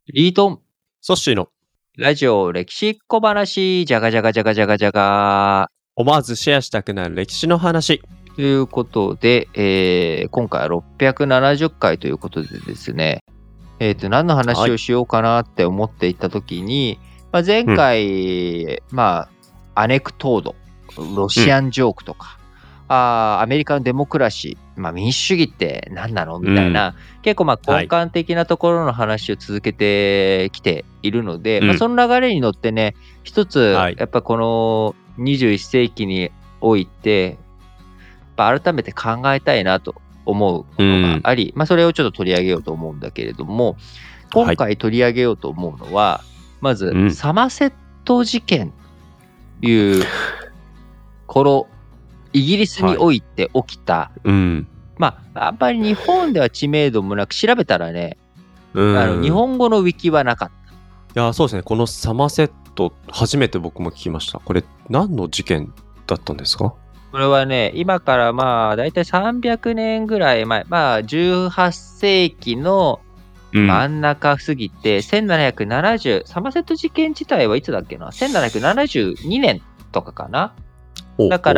リートン、 ソッシーのラジオ歴史小話、じゃがじゃがじゃがじゃがじゃが。 思わずシェアしたくなる歴史の話。 ということで、今回は670回ということでですね、何の話をしようかなって思っていたときに、前回、アネクトード、ロシアンジョークとか、アメリカのデモクラシー、民主主義って何なのみたいな、結構根幹的なところの話を続けてきているので、その流れに乗ってね、一つ、やっぱこの21世紀において、改めて考えたいなと思うことがあり、それをちょっと取り上げようと思うんだけれども、今回取り上げようと思うのは、まず、サマセット事件という、このイギリスにおいて起きた、あんまり日本では知名度もなく、調べたらね、日本語のウィキはなかった。 いや、そうですね。このサマセット、初めて僕も聞きました。これ、何の事件だったんですか？ これはね、今からだいたい300年ぐらい前、18世紀の真ん中過ぎて、1770、サマセット事件自体はいつだっけな ?1772 年とかかな。だから、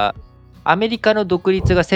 アメリカの独立が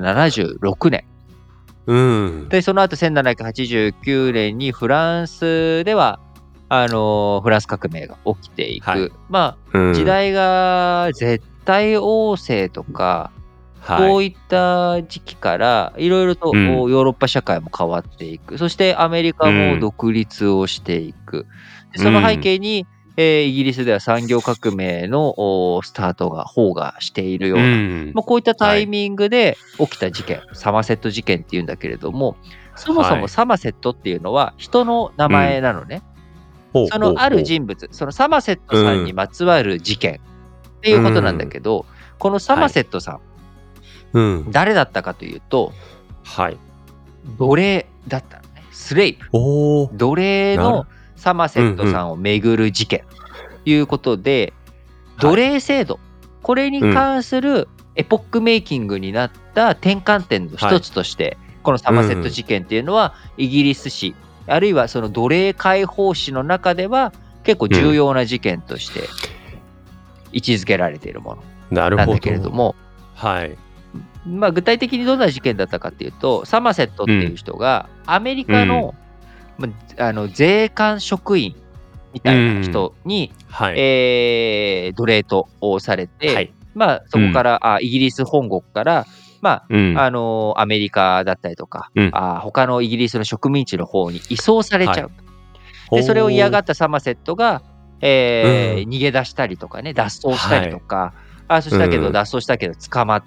1776年。で、その後1789年にフランスでは、フランス革命が起きていく。時代が絶対王政とか、こういった時期からいろいろとヨーロッパ社会も変わっていく。そしてアメリカも独立をしていく。その背景に、イギリスでは産業革命のスタートが砲がしているような、こういったタイミングで起きた事件、サマセット事件っていうんだけれども、そもそもサマセットっていうのは人の名前なのね。そのある人物、そのサマセットさんにまつわる事件っていうことなんだけど、このサマセットさん、誰だったかというと、奴隷だったのね。スレイブ。奴隷のサマセットさんをめぐる事件ということで、奴隷制度、これに関するエポックメイキングになった転換点の一つとして、このサマセット事件っていうのはイギリス史、あるいはその奴隷解放史の中では結構重要な事件として位置づけられているものなんだけれども、具体的にどんな事件だったかっていうと、サマセットっていう人がアメリカの、税関職員みたいな人に、奴隷とされて、そこから、イギリス本国から、アメリカだったりとか、他のイギリスの植民地の方に移送されちゃう。で、それを嫌がったサマセットが、逃げ出したりとかね、脱走したりとか、脱走したけど捕まって、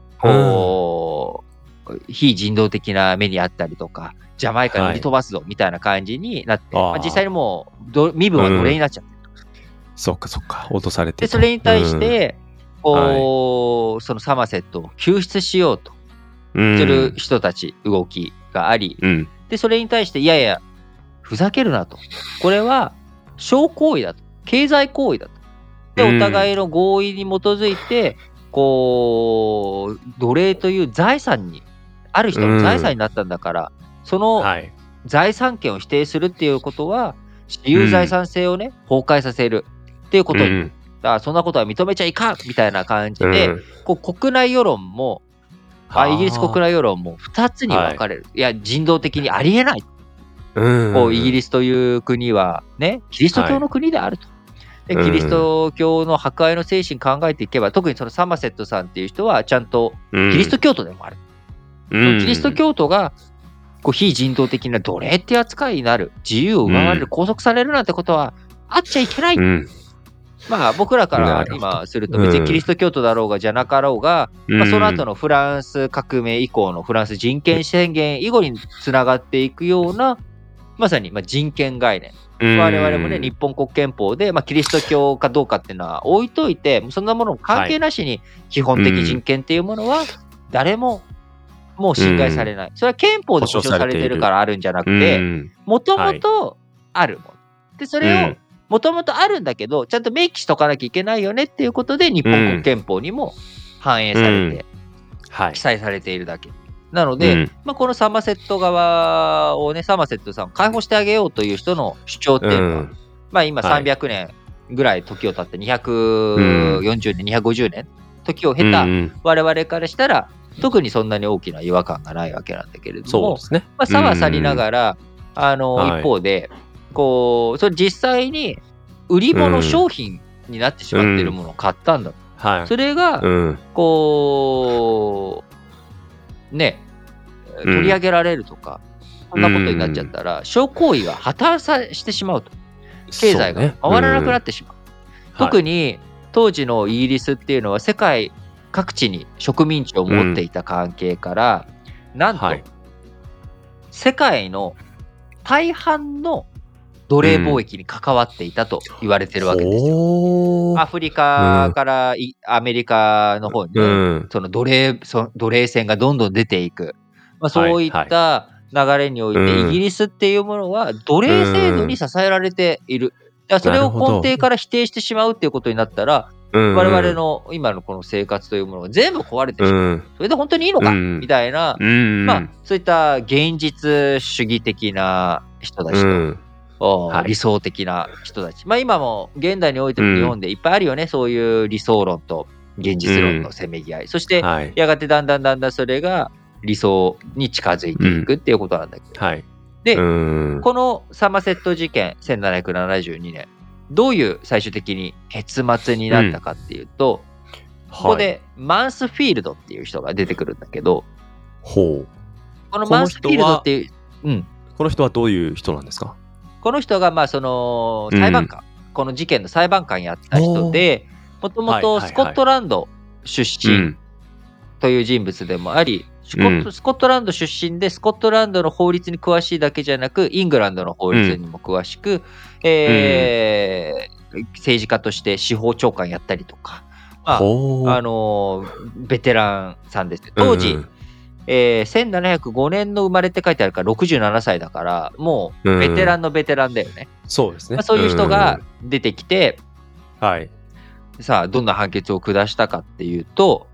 非人道的な目にあったりとか、ジャマイカに売り飛ばすぞみたいな感じになって、実際にもう身分は奴隷になっちゃってる。 そっかそっか、落とされて。 で、それに対して、そのサマセットを救出しようとする人たち、動きがあり、で、それに対して、いやいや、ふざけるなと。これは、商行為だと。経済行為だと。で、お互いの合意に基づいて、奴隷という財産に、ある人の財産になったんだから、その財産権を否定するっていうことは、私有財産性をね、崩壊させるっていうことに、そんなことは認めちゃいかんみたいな感じで、国内世論も、イギリス国内世論も2つに分かれる。いや、人道的にありえない。イギリスという国はね、キリスト教の国であると。でキリスト教の博愛の精神考えていけば、特にそのサマセットさんっていう人はちゃんとキリスト教徒でもある。そのキリスト教徒が非人道的な奴隷っていう扱いになる、自由を奪われる、拘束されるなんてことはあっちゃいけない。僕らから今すると別にキリスト教徒だろうがじゃなかろうが、その後のフランス革命以降のフランス人権宣言以後につながっていくような、まさに人権概念。我々もね、日本国憲法で、キリスト教かどうかっていうのは置いといて、そんなもの関係なしに基本的人権っていうものは誰ももう侵害されない。それは憲法で保障されてるからあるんじゃなくて、もともとあるもの。で、それをもともとあるんだけど、ちゃんと明記しとかなきゃいけないよねっていうことで、日本国憲法にも反映されて、記載されているだけ。 なので、このサマセット側をね、サマセットさんを解放してあげようという人の主張っていうのは、今300年ぐらい時を経って240年、250年時を経た我々からしたら、特にそんなに大きな違和感がないわけなんだけれども、差は去りながら、一方で、それ実際に売り物商品になってしまっているものを買ったんだ。それが、ね、取り上げられるとか、そんなことになっちゃったら、商行為が破綻してしまうと。経済が回らなくなってしまう。特に当時のイギリスっていうのは世界各地に植民地を持っていた関係から、なんと世界の大半の奴隷貿易に関わっていたと言われてるわけですよ。アフリカからアメリカの方にね、その奴隷船がどんどん出ていく。そういった流れにおいて、イギリスっていうものは奴隷制度に支えられている。だからそれを根底から否定してしまうっていうことになったら、我々の今のこの生活というものが全部壊れてしまう。それで本当にいいのかみたいな、そういった現実主義的な人たちと、理想的な人たち。今も現代においても日本でいっぱいあるよね。そういう理想論と現実論のせめぎ合い。そして、やがてだんだんそれが理想に近づいていくっていうことなんだけど。で、このサマセット事件、1772年、どういう最終的に結末になったかっていうと、ここでマンスフィールドっていう人が出てくるんだけど、このマンスフィールドっていう、 この人はどういう人なんですか？ この人がその裁判官、この事件の裁判官やった人で、もともとスコットランド出身という人物でもあり、スコットランド出身で、スコットランドの法律に詳しいだけじゃなく、イングランドの法律にも詳しく、政治家として司法長官やったりとか、ベテランさんです。当時、1705年の生まれって書いてあるから67歳だから、もうベテランのベテランだよね。 そうですね。 そういう人が出てきて、さあ、どんな判決を下したかっていうと、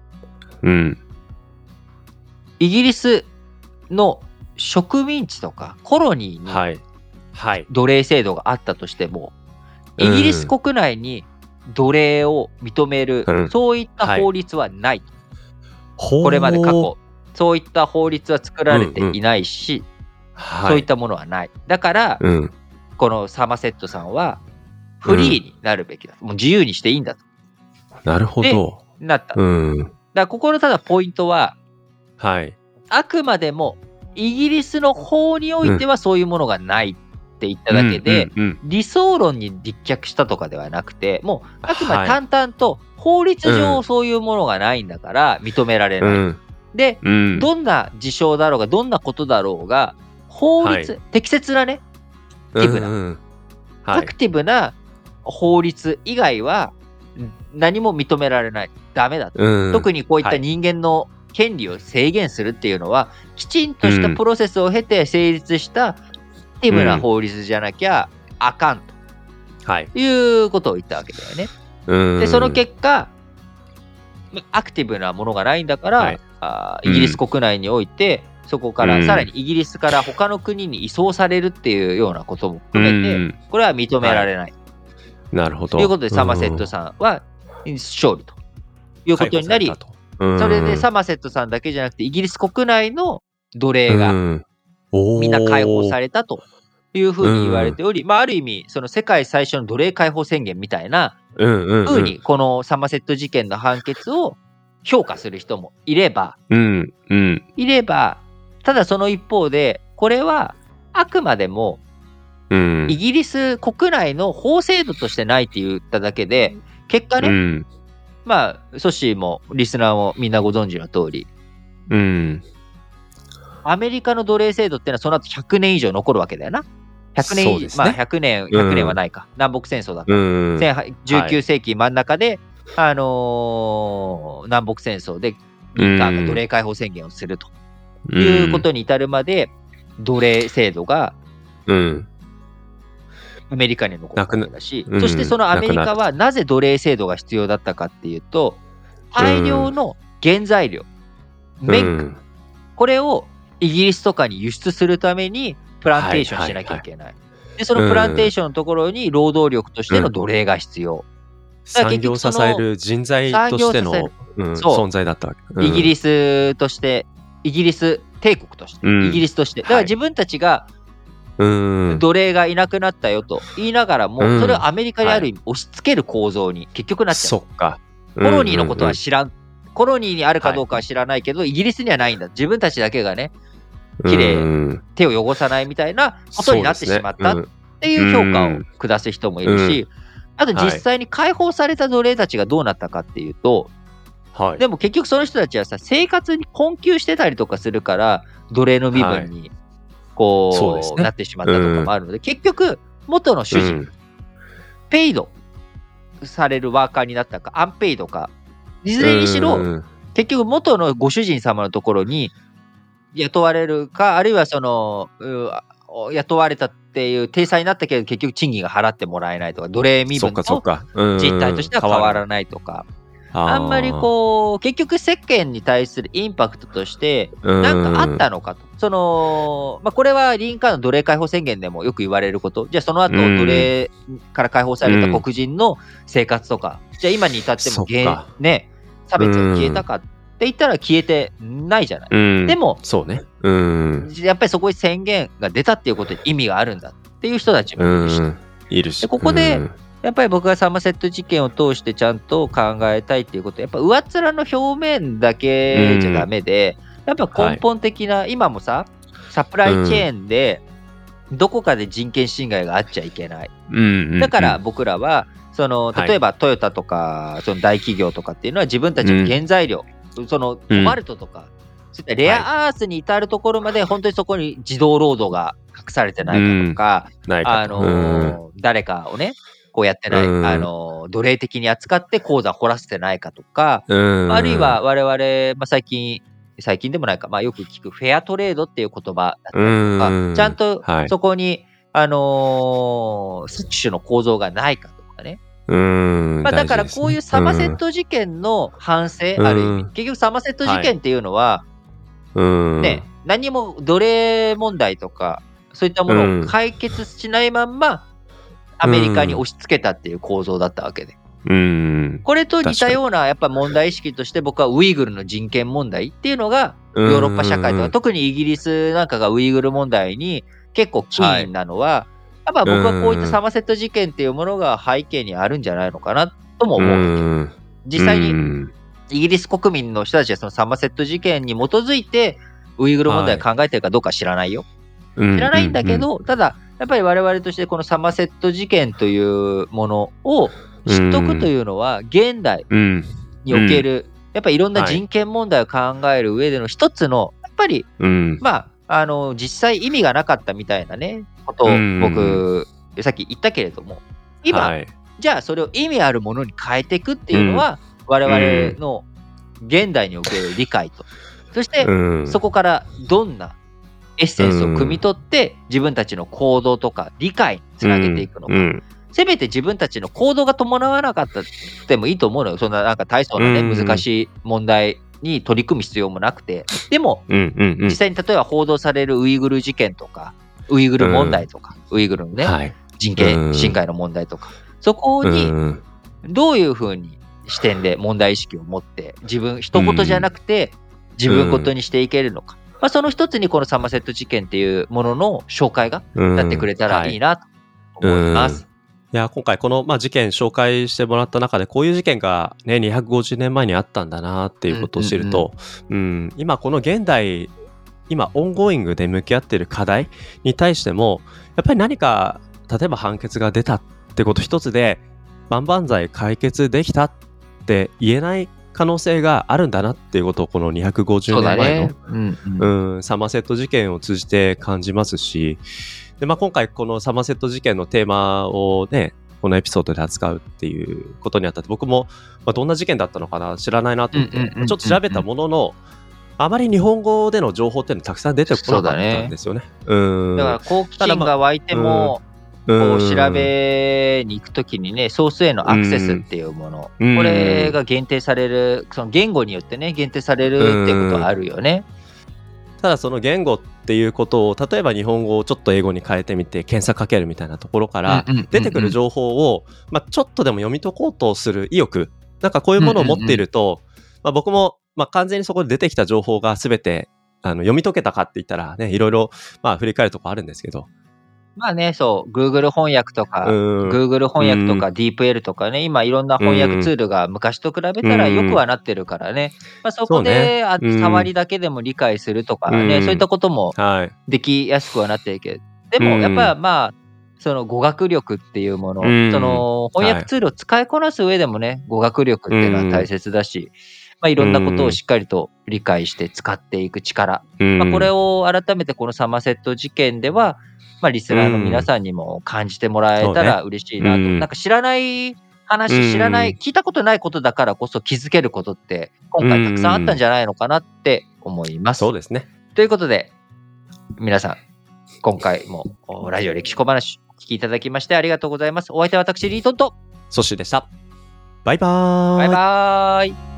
イギリスの植民地とかコロニーに奴隷制度があったとしても、イギリス国内に奴隷を認める、そういった法律はない。これまで過去、そういった法律は作られていないし、そういったものはない。だから、このサマセットさんはフリーになるべきだ。もう自由にしていいんだと。 なるほど。 なった。だからここのただポイントは、あくまでもイギリスの法においてはそういうものがないって言っただけで、理想論に立脚したとかではなくて、もうあくまで淡々と法律上そういうものがないんだから認められない。で、どんな事象だろうが、どんなことだろうが、法律、適切なね、アクティブな法律以外は何も認められない。ダメだと。特にこういった人間の権利を制限するっていうのは、きちんとしたプロセスを経て成立したアクティブな法律じゃなきゃあかんということを言ったわけだよね。で、その結果、アクティブなものがないんだから、イギリス国内において、そこからさらにイギリスから他の国に移送されるっていうようなことも含めて、これは認められない。 なるほど。 ということで、サマセットさんは勝利ということになり、それでサマセットさんだけじゃなくて、イギリス国内の奴隷がみんな解放されたというふうに言われており、ある意味、その世界最初の奴隷解放宣言みたいなふうに、このサマセット事件の判決を評価する人もいれば、ただその一方で、これはあくまでも、イギリス国内の法制度としてないって言っただけで、結果ね、ソッシーもリスナーもみんなご存知の通り、アメリカの奴隷制度ってのはその後100年以上残るわけだよな。100年以上、100年はないか。南北戦争だから。19世紀真ん中で、南北戦争で民間が奴隷解放宣言をするということに至るまで、奴隷制度が、アメリカに残ったわけだし、そしてそのアメリカはなぜ奴隷制度が必要だったかっていうと、大量の原材料、綿これをイギリスとかに輸出するためにプランテーションしなきゃいけない。で、そのプランテーションのところに労働力としての奴隷が必要。だから産業を支える人材としての、存在だったわけ。 イギリスとして、イギリス帝国として、イギリスとして。だから自分たちが奴隷がいなくなったよと言いながらも、それをアメリカにある意味押し付ける構造に結局なっちゃう。 そっか。 コロニーのことは知らん。コロニーにあるかどうかは知らないけど、イギリスにはないんだ。自分たちだけがね、綺麗、手を汚さないみたいなことになってしまったっていう評価を下す人もいるし、あと実際に解放された奴隷たちがどうなったかっていうと、でも結局その人たちはさ、生活に困窮してたりとかするから、奴隷の身分にこうなってしまったとかもあるので、結局元の主人、ペイドされるワーカーになったかアンペイドかいずれにしろ結局元のご主人様のところに雇われるか、あるいはその雇われたっていう体裁になったけど結局賃金が払ってもらえないとか、奴隷身分と実態としては変わらないとか、あんまりこう結局世間に対するインパクトとして何かあったのかと。そのこれはリンカーンの奴隷解放宣言でもよく言われること。じゃあその後奴隷から解放された黒人の生活とか、じゃあ今に至ってもね、差別が消えたかって言ったら消えてないじゃない。でもそうね、 やっぱりそこに宣言が出たっていうことに意味があるんだっていう人たちもいるし、でここでやっぱり僕がサマセット事件を通してちゃんと考えたいっていうことは、やっぱ上っ面の表面だけじゃダメで、やっぱ根本的な、今もさ、サプライチェーンでどこかで人権侵害があっちゃいけない。だから僕らはその例えばトヨタとかその大企業とかっていうのは自分たちの原材料、そのコバルトとか、そういったレアアースに至るところまで本当にそこに児童労働が隠されてないかとか、誰かをねこうやってない、奴隷的に扱って鉱山掘らせてないかとか、あるいは我々、最近でもないか、よく聞くフェアトレードっていう言葉だったりとか、ちゃんとそこに、搾取の構造がないかとかね。だからこういうサマセット事件の反省、ある意味、結局サマセット事件っていうのは、ね、何も奴隷問題とか、そういったものを解決しないまんま、アメリカに押し付けたっていう構造だったわけで、これと似たようなやっぱ問題意識として僕はウイグルの人権問題っていうのがヨーロッパ社会とか特にイギリスなんかがウイグル問題に結構キーなのは、やっぱ僕はこういったサマセット事件っていうものが背景にあるんじゃないのかなとも思うわけ。実際にイギリス国民の人たちはそのサマセット事件に基づいてウイグル問題を考えてるかどうか知らないよ。知らないんだけど、ただやっぱり我々としてこのサマセット事件というものを知っとくというのは現代におけるやっぱりいろんな人権問題を考える上での一つのやっぱり実際意味がなかったみたいなねことを僕さっき言ったけれども、今じゃあそれを意味あるものに変えていくっていうのは我々の現代における理解と、そしてそこからどんなエッセンスを汲み取って自分たちの行動とか理解につなげていくのか、せめて自分たちの行動が伴わなかったってもいいと思うのよ。そんななんか大層なね難しい問題に取り組む必要もなくて、でも実際に例えば報道されるウイグル事件とかウイグル問題とか、ウイグルのね人権侵害の問題とか、そこにどういうふうに視点で問題意識を持って一言じゃなくて自分事にしていけるのか、その一つにこのサマセット事件っていうものの紹介がなってくれたらいいなと思います。 いや今回この、事件紹介してもらった中でこういう事件が、ね、250年前にあったんだなっていうことを知ると、今この現代今オンゴーイングで向き合っている課題に対してもやっぱり何か例えば判決が出たってこと一つで万々歳解決できたって言えない可能性があるんだなっていうことをこの250年前の、サマセット事件を通じて感じますし、で、今回このサマセット事件のテーマをねこのエピソードで扱うっていうことにあたって僕も、どんな事件だったのかな知らないなと思ってちょっと調べたもののあまり日本語での情報っていうのたくさん出てこなかったんですよね。 だから好奇心が湧いてもこう調べに行くときにね、ソースへのアクセスっていうもの、これが限定される、その言語によってね限定されるっていうことはあるよね。 ただその言語っていうことを例えば日本語をちょっと英語に変えてみて検索かけるみたいなところから出てくる情報を、ちょっとでも読み解こうとする意欲、なんかこういうものを持っていると、僕も完全にそこで出てきた情報が全て読み解けたかって言ったらね、いろいろ振り返るとこあるんですけど、 まあね、そう、Google 翻訳とか、Google 翻訳とか DeepL とかね、今いろんな翻訳ツールが昔と比べたら良くはなってるからね、そこで触りだけでも理解するとかね、そういったこともできやすくはなってるけど、でもやっぱりその語学力っていうもの、その翻訳ツールを使いこなす上でもね、語学力っていうのは大切だし、いろんなことをしっかりと理解して使っていく力、これを改めてこのサマセット事件では、リスナーの皆さんにも感じてもらえたら嬉しいなと。なんか知らない話、聞いたことないことだからこそ気づけることって今回たくさんあったんじゃないのかなって思います。 そうですね。 ということで、皆さん、今回もラジオ歴史小話お聞きいただきましてありがとうございます。お相手は私、リートンとソッシーでした。バイバーイ。 バイバーイ。